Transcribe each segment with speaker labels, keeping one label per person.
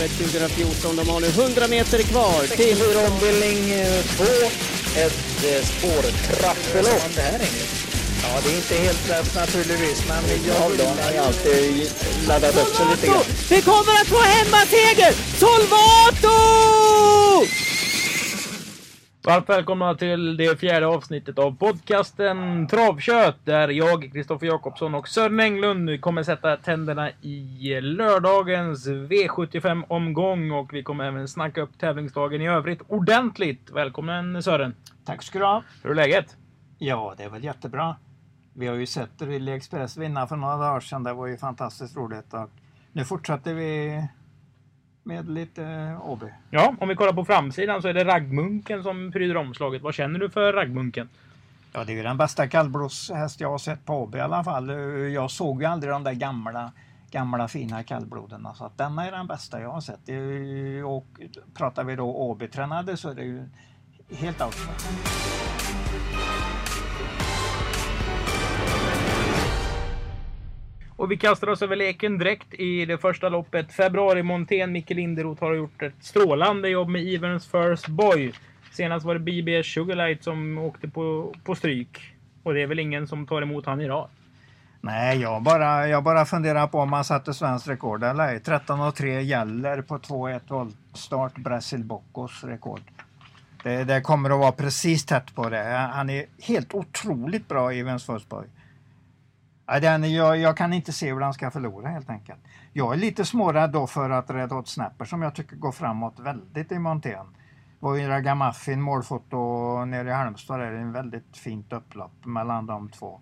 Speaker 1: loppet 2014. De har nu 100 meter kvar till
Speaker 2: ombildning 2. Ett spårtrappelopp. Ja, det är inte helt lätt naturligtvis, men jag har alltid laddat upp sig lite grann.
Speaker 1: Vi kommer att få hemmaseger! Solvato!
Speaker 3: Varmt välkomna till det fjärde avsnittet av podcasten Travkött, där jag, Kristoffer Jakobsson och Sören Englund kommer sätta tänderna i lördagens V75-omgång, och vi kommer även snacka upp tävlingsdagen i övrigt ordentligt. Välkommen Sören!
Speaker 4: Tack ska du ha.
Speaker 3: Hur är läget?
Speaker 4: Ja, det är väl jättebra. Vi har ju sett Rally Express vinna för några dagar sedan. Det var ju fantastiskt roligt. Och nu fortsätter vi med lite AB.
Speaker 3: Ja, om vi kollar på framsidan så är det Raggmunken som pryder omslaget. Vad känner du för Raggmunken?
Speaker 4: Ja, det är ju den bästa kallblodshäst jag har sett på AB i alla fall. Jag såg ju aldrig de där gamla fina kallbloderna. Så att denna är den bästa jag har sett. Och pratar vi då AB-tränade så är det ju helt outstanding.
Speaker 3: Och vi kastar oss över leken direkt i det första loppet. Februari-montén. Micke Linderoth har gjort ett strålande jobb med Evens First Boy. Senast var det BBS Sugarlight som åkte på stryk. Och det är väl ingen som tar emot han idag?
Speaker 4: Nej, jag bara funderar på om man satte svensk rekord eller 13,3 gäller på 2-1 voltstart Brasil Boccos rekord. Det kommer att vara precis tätt på det. Han är helt otroligt bra i Evens First Boy. Jag kan inte se hur han ska förlora helt enkelt. Jag är lite smårädd då för att Red Hot Snapper, som jag tycker går framåt väldigt i montén. Och i Ragamuffin målfoto nere i Halmstad är det en väldigt fint upplopp mellan de två.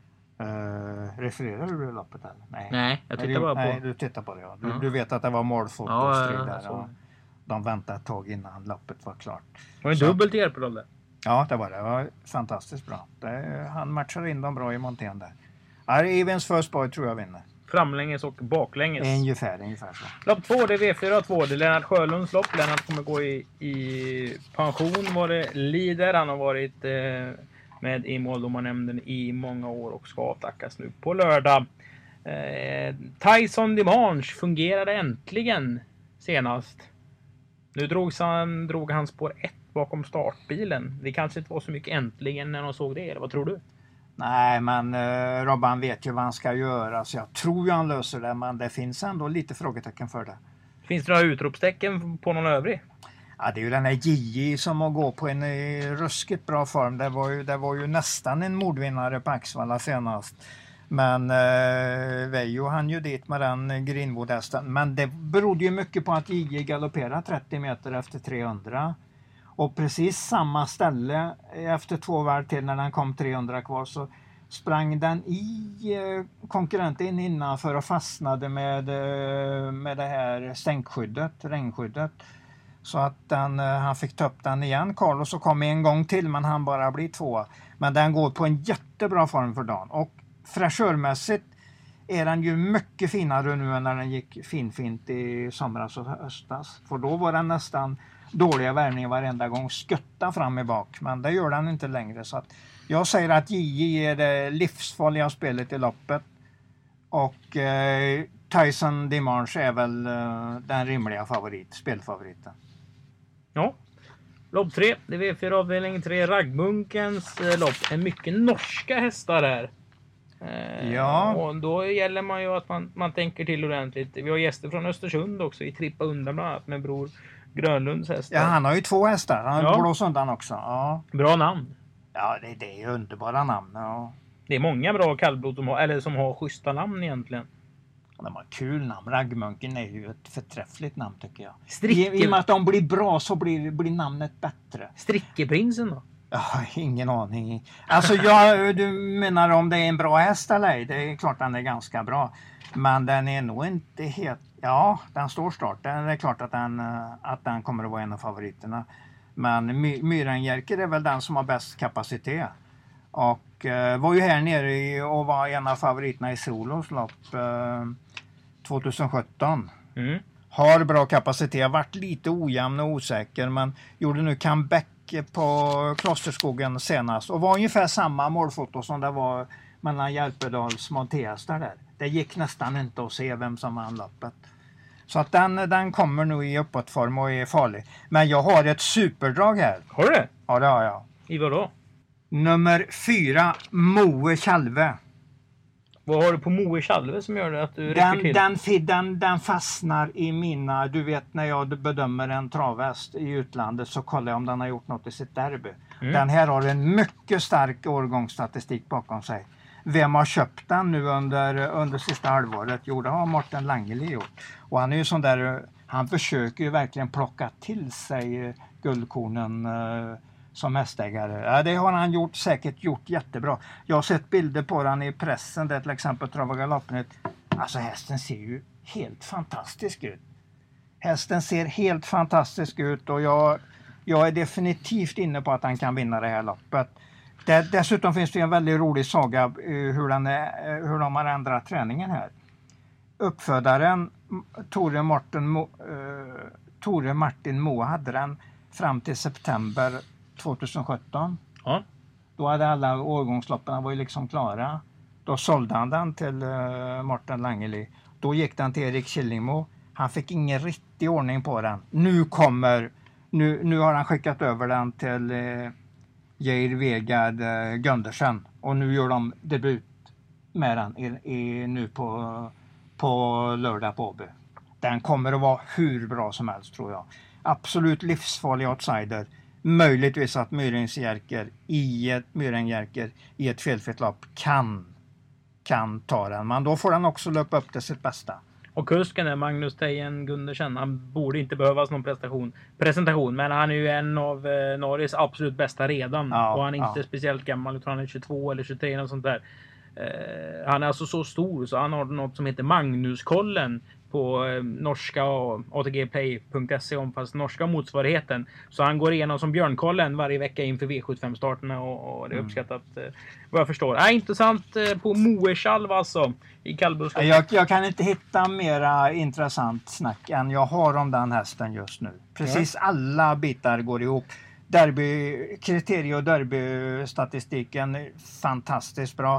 Speaker 4: Refererar du det loppet eller?
Speaker 3: Nej, jag tittar bara på.
Speaker 4: Nej, du tittar på det. Ja. Du vet att det var målfotostrid där. Och de väntade ett tag innan loppet var klart.
Speaker 3: Var det dubbelt hjälproll där?
Speaker 4: Ja, det var fantastiskt bra. Han matchar in dem bra i montén där. Evens First Boy tror jag vinner.
Speaker 3: Framlänges och baklänges.
Speaker 4: Ungefär så.
Speaker 3: Lopp 2, det är V4-2. Det är Lennart Sjölunds lopp. Lennart kommer gå i pension vad det lider. Han har varit med i måldomarnämnden i många år och ska avtackas nu på lördag. Tyson Dimanche fungerade äntligen senast. Nu drog han spår 1 bakom startbilen. Det kanske inte var så mycket äntligen när de såg det. Eller vad tror du?
Speaker 4: Nej, men Robban vet ju vad han ska göra, så jag tror ju han löser det, men det finns ändå lite frågetecken för det.
Speaker 3: Finns det några utropstecken på någon övrig?
Speaker 4: Ja, det är ju den här Gigi som har gått på en ruskigt bra form. Det var ju nästan en mordvinnare på Axvalla senast. Men Vejo han ju dit med den Greenwood-hästen. Men det berodde ju mycket på att Gigi galopperade 30 meter efter 300. Och precis samma ställe efter 2 varv till när den kom 300 kvar så sprang den i konkurrenten innanför och fastnade med det här stänkskyddet, regnskyddet. Så att han fick ta upp den igen. Carlos så kom en gång till, men han bara blir 2. Men den går på en jättebra form för dagen. Och fräschörmässigt är den ju mycket finare nu än när den gick fint i somras och höstas. För då var den nästan dåliga värvningar varenda gång, skutta fram i bak, men det gör den inte längre. Så att jag säger att Gigi är det livsfarliga spelet i loppet, och Tyson Dimanche är väl den rimliga spelfavoriten.
Speaker 3: Ja. Lopp 3, det är V4 avdelning 3, Raggmunkens lopp. En mycket norska hästar här.
Speaker 4: Ja.
Speaker 3: Och då gäller man ju att man tänker till ordentligt. Vi har gäster från Östersund också i Trippa undan bland annat med Bror Grönlunds hästar.
Speaker 4: Ja, han har ju 2 hästar. Han har blåst undan också. Ja.
Speaker 3: Bra namn.
Speaker 4: Ja, det är underbara namn. Ja.
Speaker 3: Det är många bra kallblod som har schyssta namn egentligen.
Speaker 4: De har kul namn. Raggmunken är ju ett förträffligt namn tycker jag.
Speaker 3: I
Speaker 4: och med att de blir bra så blir namnet bättre.
Speaker 3: Strickeprinsen då?
Speaker 4: Ja, ingen aning. Alltså du menar om det är en bra häst eller ej? Det är klart den är ganska bra. Men den är nog inte helt... Ja, den står start. Det är klart att den kommer att vara en av favoriterna. Men Myrenjerker är väl den som har bäst kapacitet. Och var ju här nere och var en av favoriterna i Solos lopp 2017. Mm. Har bra kapacitet, varit lite ojämn och osäker, men gjorde nu comeback på Klosterskogen senast. Och var ungefär samma målfoto som det var mellan Järpedals montéhästar där. Det gick nästan inte att se vem som vann loppet. Så att den kommer nog i uppåtform och är farlig. Men jag har ett superdrag här.
Speaker 3: Har du det?
Speaker 4: Ja, det har jag.
Speaker 3: I vad då?
Speaker 4: Nummer 4, Moe Chalve.
Speaker 3: Vad har du på Moe Chalve som gör det att du räcker till?
Speaker 4: Den fastnar i mina... Du vet, när jag bedömer en travhäst i utlandet så kollar jag om den har gjort något i sitt derby. Den här har en mycket stark årgångsstatistik bakom sig. Vem har köpt den nu under sista halvåret? Jo, det har Morten Langeli gjort. Och han är ju sån där... Han försöker ju verkligen plocka till sig guldkornen som hästägare. Ja, det har han säkert gjort jättebra. Jag har sett bilder på den i pressen där till exempel Trav och Galoppnytt. Alltså hästen ser ju helt fantastisk ut. Hästen ser helt fantastisk ut och jag är definitivt inne på att han kan vinna det här loppet. Dessutom finns det en väldigt rolig saga hur de har ändrat träningen här. Uppfödaren Tore Martin Moe hade den fram till september 2017.
Speaker 3: Ja.
Speaker 4: Då hade alla årgångsloppen var ju liksom klara. Då sålde han den till Morten Langeli. Då gick den till Erik Killingmo. Han fick ingen riktig ordning på den. Nu har han skickat över den till Geir Vegard Gundersen. Och nu gör de debut med den nu på lördag på Åby. Den kommer att vara hur bra som helst tror jag. Absolut livsfarlig outsider. Möjligtvis att Myrenjärker i ett felfritt lopp kan ta den. Men då får den också löpa upp till sitt bästa.
Speaker 3: Och kusken är Magnus Tejen Gundersen. Han borde inte behövas någon presentation. Men han är ju en av Norges absolut bästa redan. Ja, och han är inte speciellt gammal. Jag tror han är 22 eller 23 och sånt där. Han är alltså så stor så han har något som heter Magnuskollen på norska och ATGplay.se om fast norska motsvarigheten. Så han går igenom som Björnkollen varje vecka inför V75-starterna och det är uppskattat vad jag förstår. Intressant på Moe Chalve alltså i kallbuskap.
Speaker 4: Jag kan inte hitta mera intressant snack än jag har om den hästen just nu. Precis alla bitar går ihop. Kriterie- och derbystatistiken är fantastiskt bra.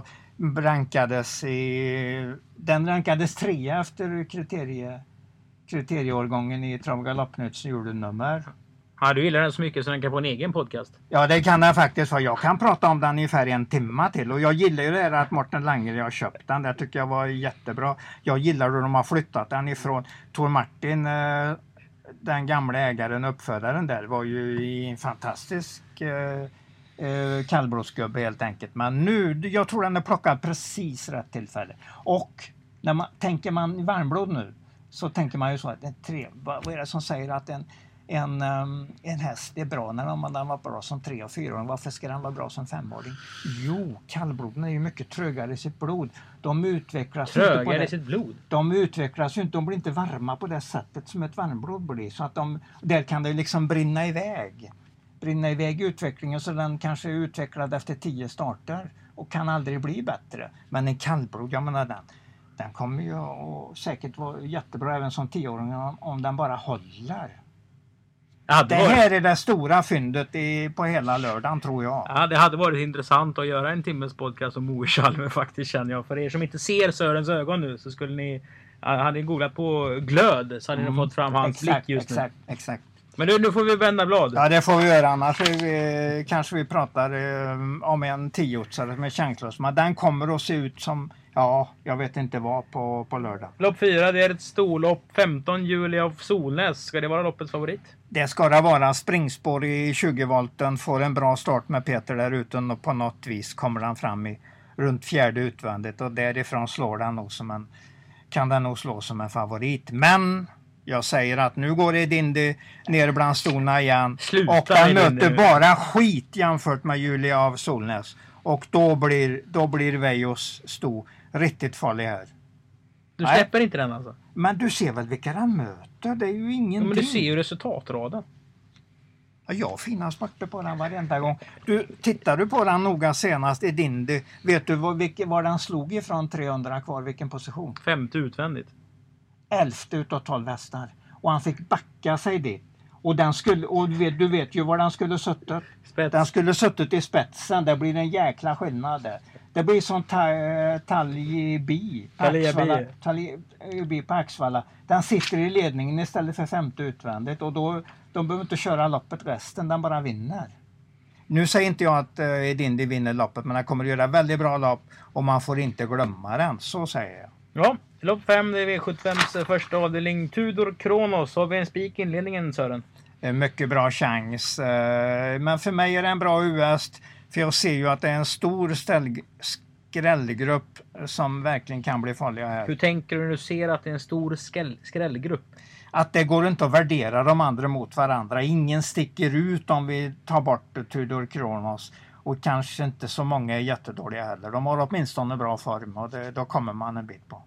Speaker 4: Den rankades 3 efter kriterieårgången i Trav och Galoppnytts julenummer.
Speaker 3: Ja, du gillar den så mycket så den kan få en egen podcast.
Speaker 4: Ja, det kan den faktiskt vara. Jag kan prata om den ungefär 1 timme till. Och jag gillar ju det här att Morten Langeli har köpt den. Det tycker jag var jättebra. Jag gillar hur de har flyttat den ifrån Tor Martin, den gamla ägaren, uppfödaren där, var ju i en fantastisk kallblodsgubbe helt enkelt. Men nu, jag tror den är plockad precis rätt tillfälle. Och tänker man i varmblod nu så tänker man ju så att vad är det som säger att en häst är bra när den var bra som 3- och 4-åring. Varför ska den vara bra som 5-åring? Jo, kallbloden är ju mycket trögare i sitt blod. De utvecklas ju inte, de blir inte varma på det sättet som ett varmblod blir. Så att där kan det liksom brinna iväg utvecklingen, så den kanske är utvecklad efter 10 starter och kan aldrig bli bättre. Men en kallblod, jag menar den kommer ju att säkert vara jättebra även som 10-åring om den bara håller. Ja, det här är det stora fyndet på hela lördagen tror jag.
Speaker 3: Ja, det hade varit intressant att göra en timmes podcast om Moe Chalve faktiskt, känner jag. För er som inte ser Sörens ögon nu så skulle ni, hade ni googlat på glöd så hade ni fått fram hans blick just nu.
Speaker 4: Exakt.
Speaker 3: Men nu får vi vända blad.
Speaker 4: Ja, det får vi göra. Annars kanske vi pratar om en 10-åtsare med chanslös. Men den kommer att se ut som, jag vet inte vad på lördag.
Speaker 3: Lopp 4, det är ett storlopp. 15 juli av Solnäs. Ska det vara loppets favorit?
Speaker 4: Det ska det vara. Springspår i 20-volten. Får en bra start med Peter där ute. Och på något vis kommer han fram i runt 4:e utvändigt. Och därifrån kan den nog slå som en favorit. Men jag säger att nu går Edindy ner bland stona igen. Och den möter bara skit jämfört med Julia av Solnäs. Och då blir Vejos sto riktigt farlig här.
Speaker 3: Du släpper inte den alltså?
Speaker 4: Men du ser väl vilka den möter? Det är ju ingenting.
Speaker 3: Ja, men du ser ju resultatraden.
Speaker 4: Ja, jag har fina spurter på den varenda gång. Tittar du på den noga senast i Edindy, vet du var den slog ifrån 300 kvar, vilken position?
Speaker 3: 5:e utvändigt.
Speaker 4: 11 utav 12 hästar. Och han fick backa sig dit. Och du vet ju var den skulle suttit.
Speaker 3: Spets.
Speaker 4: Den skulle suttit i spetsen. Det blir en jäkla skillnad där. Det blir som Taljebi på Axvalla. Den sitter i ledningen istället för femte utvändigt. Och då de behöver inte köra loppet resten. Den bara vinner. Nu säger inte jag att Edindi vinner loppet. Men den kommer att göra väldigt bra lopp. Och man får inte glömma den. Så säger jag.
Speaker 3: Ja, lopp 5, det är V75s första avdelning. Tudor Kronos. Har vi en spik i inledningen, Sören?
Speaker 4: Mycket bra chans. Men för mig är det en bra US. För jag ser ju att det är en stor skrällgrupp som verkligen kan bli farliga här.
Speaker 3: Hur tänker du när du ser att det är en stor skrällgrupp?
Speaker 4: Att det går inte att värdera de andra mot varandra. Ingen sticker ut om vi tar bort Tudor Kronos. Och kanske inte så många är jättedåliga heller. De har åtminstone bra form och då kommer man en bit på.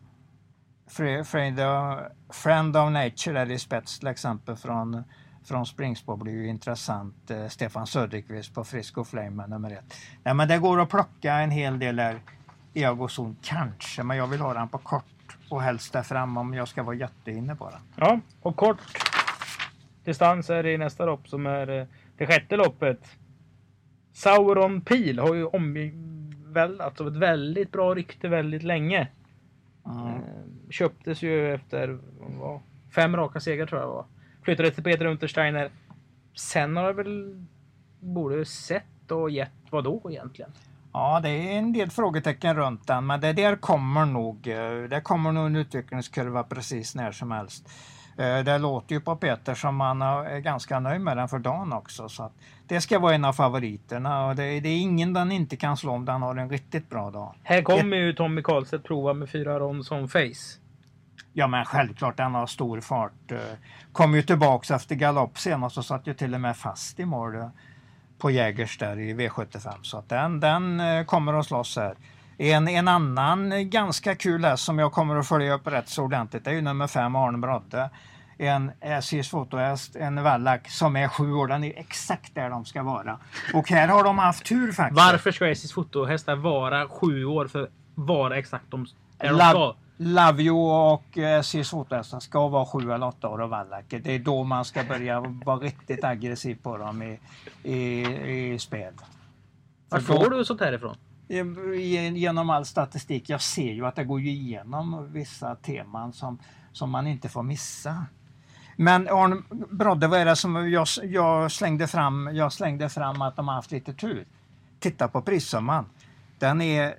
Speaker 4: Friend of Nature är i spets till exempel från Springspår blir ju intressant. Stefan Söderqvist på Frisco Flame nummer 1. Nej, men det går att plocka en hel del där i Augustin kanske, men jag vill ha den på kort och helst där fram om jag ska vara jätteinne på den.
Speaker 3: Ja, och kort distans är det i nästa lopp som är det sjätte loppet. Sauron Pil har ju alltså ett väldigt bra rykte väldigt länge. Köptes ju efter 5 raka segrar tror jag var. Flyttade till Peter Untersteiner. Sen har jag väl borde sett och gett vad då egentligen?
Speaker 4: Ja, det är en del frågetecken runt den, men det där kommer nog en utvecklingskurva precis när som helst. Det låter ju på Peter som han är ganska nöjd med den för dagen också, så att det ska vara en av favoriterna och det är ingen den inte kan slå om den har en riktigt bra dag.
Speaker 3: Här kommer ju Tommy Karlstedt prova med 4 Ronson Face.
Speaker 4: Ja, men självklart den har stor fart. Kom ju tillbaks efter galopp senast och satt ju till och med fast i mål på Jägers där i V75. Så att den kommer att slåss här. En annan ganska kul häst som jag kommer att följa upp rätt så ordentligt är ju nummer 5 Arne Brodde. En SJs fotohäst, en vallack som är 7 år. Den är exakt där de ska vara. Och här har de haft tur faktiskt.
Speaker 3: Varför ska SJs fotohästar vara 7 år för vara exakt de ska?
Speaker 4: Lavio och SJs fotohästar ska vara 7 eller 8 år och vallack. Det är då man ska börja vara riktigt aggressiv på dem i spel.
Speaker 3: Var får du sånt härifrån?
Speaker 4: Genom all statistik. Jag ser ju att det går ju igenom vissa teman som man inte får missa. Men Arne Brodde, vad är det som jag slängde fram? Jag slängde fram att de har haft lite tur. Titta på prissumman. Den är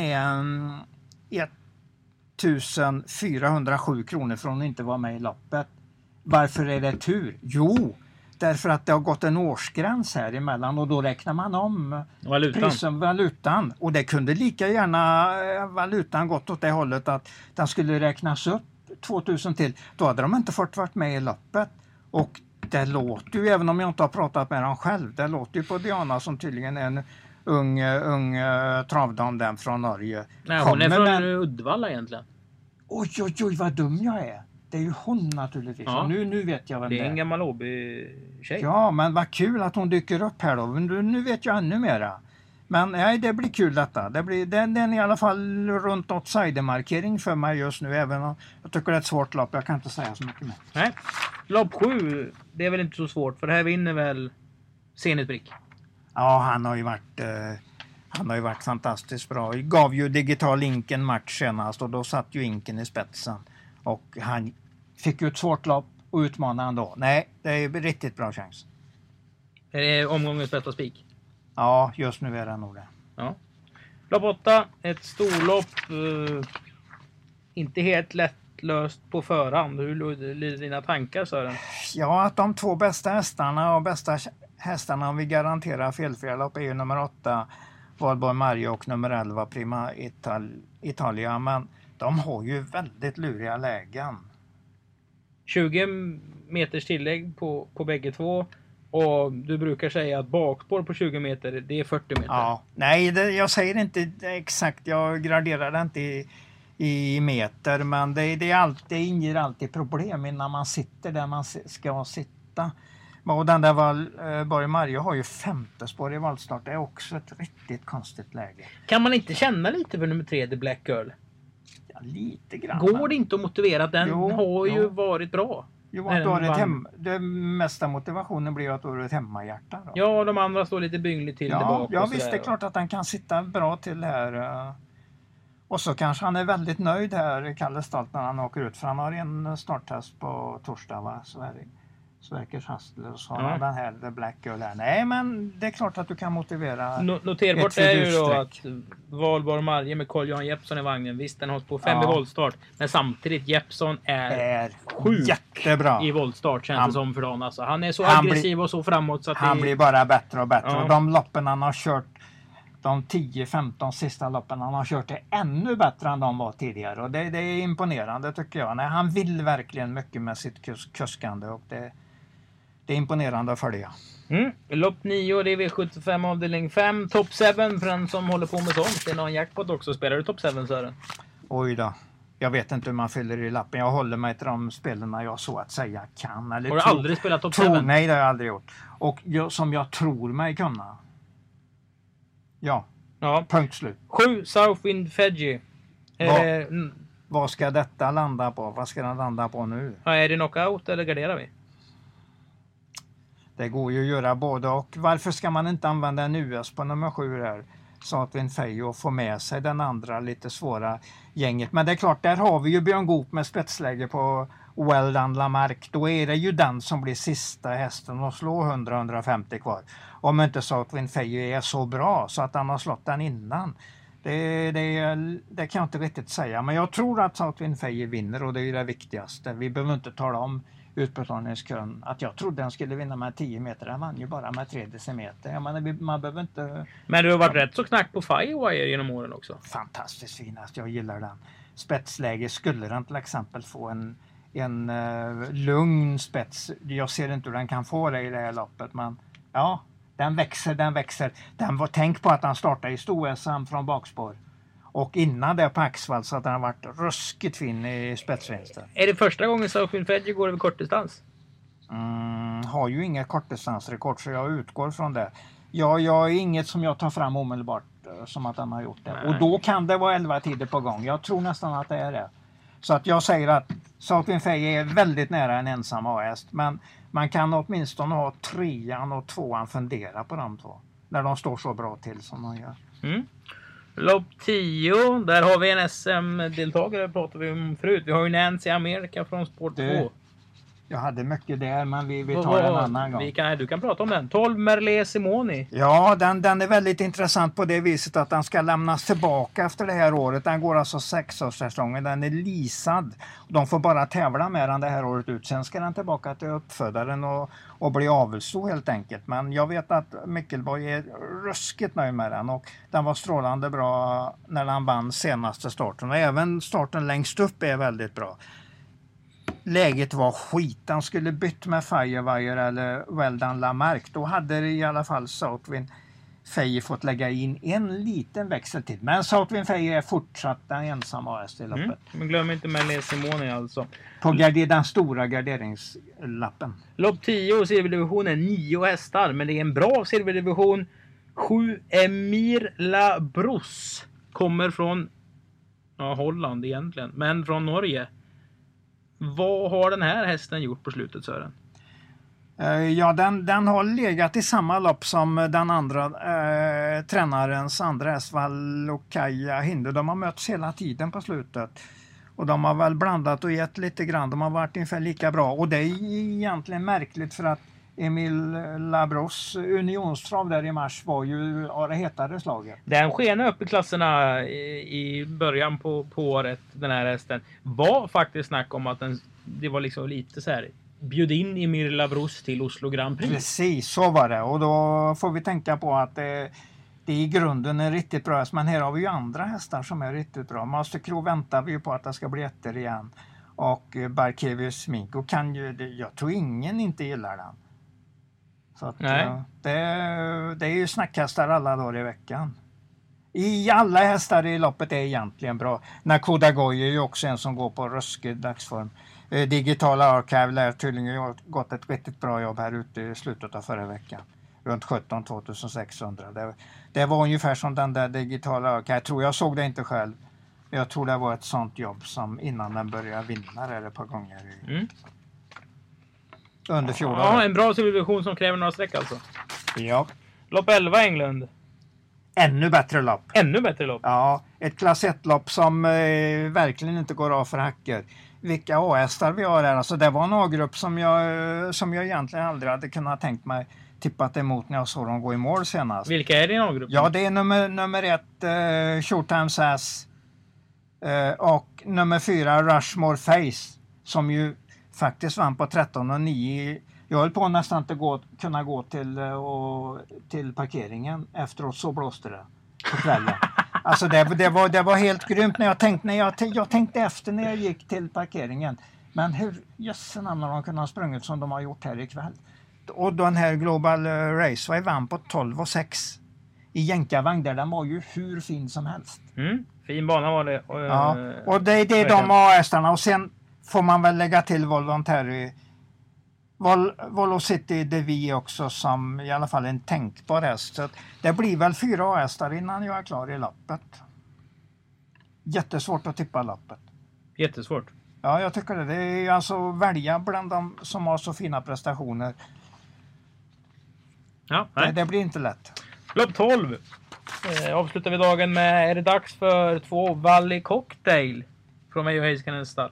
Speaker 4: 1407 kronor från att inte vara med i loppet. Varför är det tur? Jo, därför att det har gått en årsgräns här emellan och då räknar man om valutan. Och det kunde lika gärna valutan gått åt det hållet att den skulle räknas upp 2000 till. Då hade de inte fått varit med i loppet. Och det låter ju, även om jag inte har pratat med dem själv, det låter ju på Diana som tydligen är en ung travdam den från Norge.
Speaker 3: Nej, hon är från Uddevalla egentligen.
Speaker 4: Oj, vad dum jag är. Det är ju hon naturligtvis.
Speaker 3: Ja.
Speaker 4: Nu vet jag vem det är.
Speaker 3: Det är en gammal Åby-tjej.
Speaker 4: Ja, men vad kul att hon dyker upp här då. Nu vet jag ännu mera. Men nej, det blir kul detta. Den är i alla fall runt outsider-markering för mig just nu. Även om jag tycker det är ett svårt lopp. Jag kan inte säga så mycket mer.
Speaker 3: Nej. Lopp 7, det är väl inte så svårt. För det här vinner väl Zenit Brick.
Speaker 4: Ja, han har ju varit fantastiskt bra. Gav ju Digital Ink en match senast och då satt ju Inken i spetsen. Och han fick ju ett svårt lopp och utmanade ändå. Nej, det är riktigt bra chans.
Speaker 3: Är det omgångens bästa spik?
Speaker 4: Ja, just nu är det nog det.
Speaker 3: Ja. Lopp 8, ett storlopp. Inte helt lättlöst på förhand. Hur lyder dina tankar, Sören?
Speaker 4: Ja, att de 2 bästa hästarna och bästa hästarna om vi garanterar felfria lopp är ju nummer 8 Valborg Mario och nummer 11 Prima Italia. Men de har ju väldigt luriga lägen.
Speaker 3: 20 meters tillägg på bägge två. Och du brukar säga att bakspår på 20 meter, det är 40 meter.
Speaker 4: Ja, nej, jag säger inte exakt. Jag graderar det inte i meter. Men det inger alltid problem innan man sitter där man ska sitta. Och den där Valborg Mario har ju 5:e spår i valstart. Det är också ett riktigt konstigt läge.
Speaker 3: Kan man inte känna lite för nummer 3, The Black Girl?
Speaker 4: Ja, lite grann.
Speaker 3: Går det inte att motivera att den har ju varit bra?
Speaker 4: Jo, att du har det mesta motivationen blir att du har ett hemmahjärta. Då.
Speaker 3: Ja, de andra står lite byngligt till tillbaka.
Speaker 4: Ja, visst, det är klart att han kan sitta bra till här. Och så kanske han är väldigt nöjd här, Kalle Stolt, när han åker ut. För han har en starttest på torsdag, va? Sverkers Hustler, och så har han den här The Black Girl här. Nej, men det är klart att du kan motivera.
Speaker 3: Noterbart är ju då att Valborg Marje med Carl-Johan Jeppsson i vagnen. Visst, den hålls på 5 i voltstart. Men samtidigt, Jeppsson är sjukt
Speaker 4: jättebra
Speaker 3: i voltstart, känns det som för dagen. Alltså, han är så aggressiv och så framåt. Så att
Speaker 4: han blir bara bättre och bättre. Och de loppen han har kört, de 10-15 sista loppen han har kört, är ännu bättre än de var tidigare. Och det är imponerande, tycker jag. Nej, han vill verkligen mycket med sitt kuskande, och det är imponerande att följa.
Speaker 3: Lopp 9, det är V75 avdelning 5. Top 7 för den som håller på med sånt. Det är någon jackpot också. Spelar du Top 7, Sören?
Speaker 4: Oj då. Jag vet inte hur man fyller i lappen. Jag håller mig till de spelarna jag så att säga kan. Eller
Speaker 3: har du aldrig spelat Top 7?
Speaker 4: Nej, det har jag aldrig gjort. Och som jag tror mig kunna. Ja. Punkt slut.
Speaker 3: 7, Southwind Fedgy.
Speaker 4: Vad ska detta landa på? Vad ska den landa på nu?
Speaker 3: Ja, är det knockout eller garderar vi?
Speaker 4: Det går ju att göra både och. Varför ska man inte använda en US på nummer 7 här? Southwind Fedgy, och få med sig den andra lite svåra gänget. Men det är klart, där har vi ju Björn Goop med spetsläge på Well Done Lamarck. Då är det ju den som blir sista hästen och slår 100-150 kvar. Om inte Southwind Fedgy är så bra så att han har slått den innan. Det kan jag inte riktigt säga. Men jag tror att Southwind Fedgy vinner, och det är det viktigaste. Vi behöver inte tala om utbetalningskön. Att jag trodde den skulle vinna med 10 meter. Den vann ju bara med 3 decimeter. Jag menar, man behöver inte...
Speaker 3: Men du har varit rätt så knack på Firewire genom åren också.
Speaker 4: Fantastiskt finast. Jag gillar den. Spetsläge, skulle den till exempel få en lugn spets. Jag ser inte hur den kan få det i det här loppet. Men ja, den växer. Tänk på att han startade i Sto-SM från bakspår. Och innan det på Axvall, så att han har varit ruskigt fin i spetsvinsten.
Speaker 3: Är det första gången Southwind Fedgy går över kortdistans?
Speaker 4: Har ju inga kortdistansrekord, så jag utgår från det. Jag är inget som jag tar fram omedelbart som att han har gjort det. Nej. Och då kan det vara 11 tider på gång. Jag tror nästan att det är det. Så att jag säger att Southwind Fedgy är väldigt nära en ensam A-häst. Men man kan åtminstone ha 3:an och 2:an fundera på de två. När de står så bra till som de gör.
Speaker 3: Lopp 10, där har vi en SM-deltagare, pratade vi om förut. Vi har ju Nancy America från Sport 2.
Speaker 4: Jag hade mycket där, men vi tar en annan gång.
Speaker 3: Du kan prata om den. 12 Merle Simoni.
Speaker 4: Ja, den är väldigt intressant på det viset att den ska lämnas tillbaka efter det här året. Den går alltså 6-årssäsongen. Den är leasad. De får bara tävla med den det här året ut. Sen ska den tillbaka till uppfödaren och bli avelssto helt enkelt. Men jag vet att Mickelborg är ruskigt nöjd med den. Och den var strålande bra när han vann senaste starten. Och även starten längst upp är väldigt bra. Läget var skit. Han skulle bytt med Firewire eller Well Done Lamarck. Då hade det i alla fall Southwind Fedgy fått lägga in en liten växel till. Men Southwind Fedgy är fortsatt den ensamma häst i loppet.
Speaker 3: Men glöm inte Merle Simoni alltså.
Speaker 4: På den stora garderingslappen.
Speaker 3: Lopp 10 silverdivisionen, 9 hästar. Men det är en bra silverdivision. 7 Emir Labrousse. Kommer från Holland egentligen. Men från Norge. Vad har den här hästen gjort på slutet, Sören?
Speaker 4: Ja, den har legat i samma lopp som den andra tränarens andra häst, Valokaja Hindu. De har mötts hela tiden på slutet. Och de har väl blandat och gett lite grann. De har varit ungefär lika bra. Och det är egentligen märkligt, för att Emil Labrousse unionstrav där i mars var ju det hetare slaget.
Speaker 3: Den sken upp i klasserna i början på året, den här hästen. Var faktiskt snack om att det var liksom lite så här, bjud in Emil Labrousse till Oslo Grand Prix.
Speaker 4: Precis, så var det. Och då får vi tänka på att det i grunden är riktigt bra. Men här har vi ju andra hästar som är riktigt bra. Master Crow väntar vi ju på att det ska bli ettor igen. Och Barkevius Minko kan ju, jag tror ingen inte gillar den. Så att, det är ju snackhästar alla dagar i veckan. I alla hästar i loppet är egentligen bra. Nakoda Goy är ju också en som går på ruskig dagsform. Digitala Archive lär tydligen gått ett riktigt bra jobb här ute i slutet av förra veckan. Runt 2600. Det var ungefär som den där digitala Archive. Jag såg det inte själv. Jag tror det var ett sånt jobb som innan den började vinna ett par gånger. under fjolåret.
Speaker 3: Ja, en bra civilisation som kräver några streck alltså.
Speaker 4: Ja.
Speaker 3: Lopp 11 Englund.
Speaker 4: Ännu bättre lopp.
Speaker 3: Ännu bättre lopp.
Speaker 4: Ja, ett klass 1-lopp som verkligen inte går av för hacker. Vilka A-hästar vi har här. Alltså det var en A-grupp som jag egentligen aldrig hade kunnat tänkt mig tippat emot när jag såg dem gå i mål senast.
Speaker 3: Vilka är din A-grupp?
Speaker 4: Ja, det är nummer 1 Short Time Sass och nummer 4 Rushmore Face som ju faktiskt vann på 13,9. Jag höll på nästan inte kunna gå till parkeringen efteråt, så blåste det på kvällen. Alltså det var helt grymt när jag tänkte efter när jag gick till parkeringen. Men hur jössen namn har de kunnat sprungit som de har gjort här ikväll. Och den här Global Raceway vann på 12,6 i jänkarvagn där. Den var ju hur fin som helst.
Speaker 3: Fin bana var det.
Speaker 4: Och det är de A-hästarna. Och sen får man väl lägga till Voluntary Velocity DeVie också som i alla fall en tänkbar häst. Så det blir väl 4 A-hästar innan jag är klar i lappet. Jättesvårt att tippa lappet.
Speaker 3: Jättesvårt.
Speaker 4: Ja, jag tycker det. Det är alltså välja bland de som har så fina prestationer.
Speaker 3: Ja,
Speaker 4: det blir inte lätt.
Speaker 3: Lopp 12. Avslutar vi dagen med, är det dags för 2 Valley Cocktail från mig och Heiskanens stall?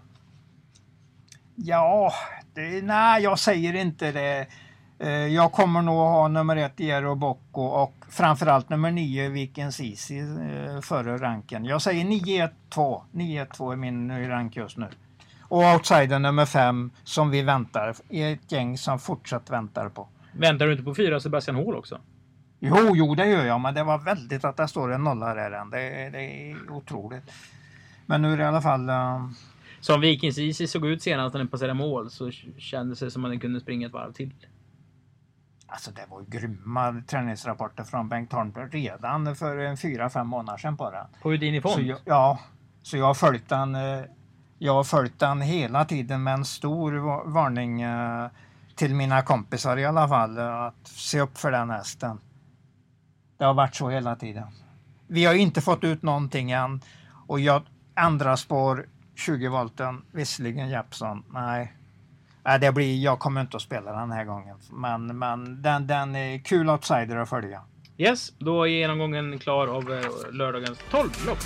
Speaker 4: Ja, nej jag säger inte det. Jag kommer nog ha nummer 1 Jero Bocco och framförallt nummer 9 Vikens Easy före ranken. Jag säger 9-1-2. 9-1-2 är min rank just nu. Och outsider nummer 5 som vi väntar. Är ett gäng som fortsatt väntar på.
Speaker 3: Väntar du inte på 4 Sebastian Hall också?
Speaker 4: Jo, det gör jag. Men det var väldigt att det står en nolla där än. Det är otroligt. Men nu är det i alla fall...
Speaker 3: Som Vikings Easy såg ut senast när den passerade mål så kändes det som att den kunde springa ett varv till.
Speaker 4: Alltså det var ju grymma träningsrapporter från Bengt Holmberg redan för 4-5 månader sedan bara.
Speaker 3: På Houdini Fond?
Speaker 4: Så jag har följt den hela tiden med en stor varning till mina kompisar i alla fall att se upp för den hästen. Det har varit så hela tiden. Vi har inte fått ut någonting än och andra spår 20 volten, visserligen Jeppson, nej jag kommer inte att spela den här gången. Men den är kul outsider att följa.
Speaker 3: Yes, då är genomgången klar av lördagens 12-lopp.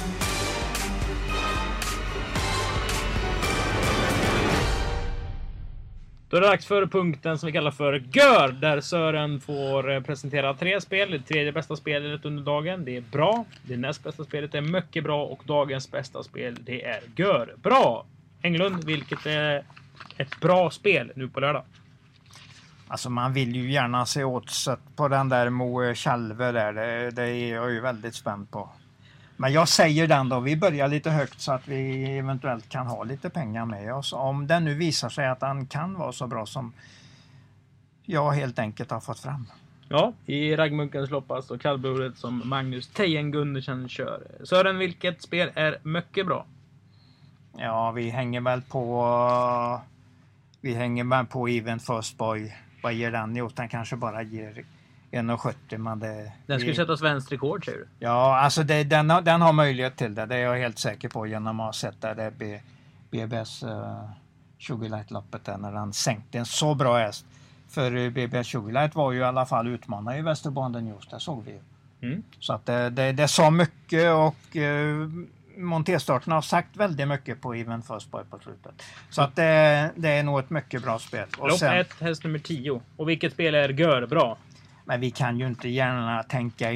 Speaker 3: Då är det dags för punkten som vi kallar för GÖR, där Sören får presentera 3 spel. Det tredje bästa spelet under dagen, det är bra. Det näst bästa spelet är mycket bra och dagens bästa spel, det är GÖR. Bra! Englund, vilket är ett bra spel nu på lördag?
Speaker 4: Alltså man vill ju gärna se åtsatt på den där Moe Chalve där. Det är jag ju väldigt spänd på. Men jag säger den då, vi börjar lite högt så att vi eventuellt kan ha lite pengar med oss. Om den nu visar sig att han kan vara så bra som jag helt enkelt har fått fram.
Speaker 3: Ja, i Raggmunkens lopp alltså kallblodet som Magnus Tejen Gundersen kör. Sören, vilket spel är mycket bra?
Speaker 4: Ja, vi hänger väl på Event First Boy. Vad ger den? Jo, den kanske bara ger 1,70 men
Speaker 3: den skulle sätta svensk rekord, säger du?
Speaker 4: Ja, alltså den har möjlighet till det. Det är jag helt säker på genom att ha sett det BBS 20-light-loppet där när den sänkte en så bra häst. För BBS 20-light var ju i alla fall utmanare i Västerbonden News, det såg vi ju. Så att det sa mycket och Montestarten har sagt väldigt mycket på Event First Boy på slutet. Så att det är nog ett mycket bra spel.
Speaker 3: Lopp 1, häst nummer 10. Och vilket spel är GÖR bra?
Speaker 4: Men vi kan ju inte gärna tänka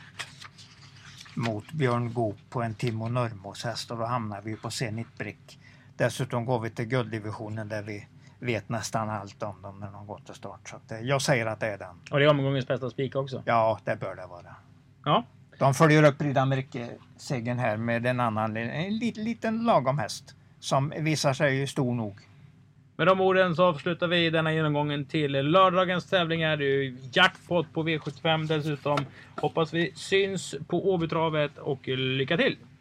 Speaker 4: mot Björn Goop på en Timo Nurmos häst och då hamnar vi på Zenit Brick. Dessutom går vi till gulddivisionen där vi vet nästan allt om dem när de går till start. Så att jag säger att det är den.
Speaker 3: Och det är omgångens bästa spik också?
Speaker 4: Ja, det bör det vara.
Speaker 3: Ja.
Speaker 4: De följer upp Ridamerique-segern här med en liten lagom häst som visar sig stor nog.
Speaker 3: Med de orden så avslutar vi denna genomgången till lördagens tävlingar. Det är ju jackpot på V75 dessutom. Hoppas vi syns på Åbytravet och lycka till!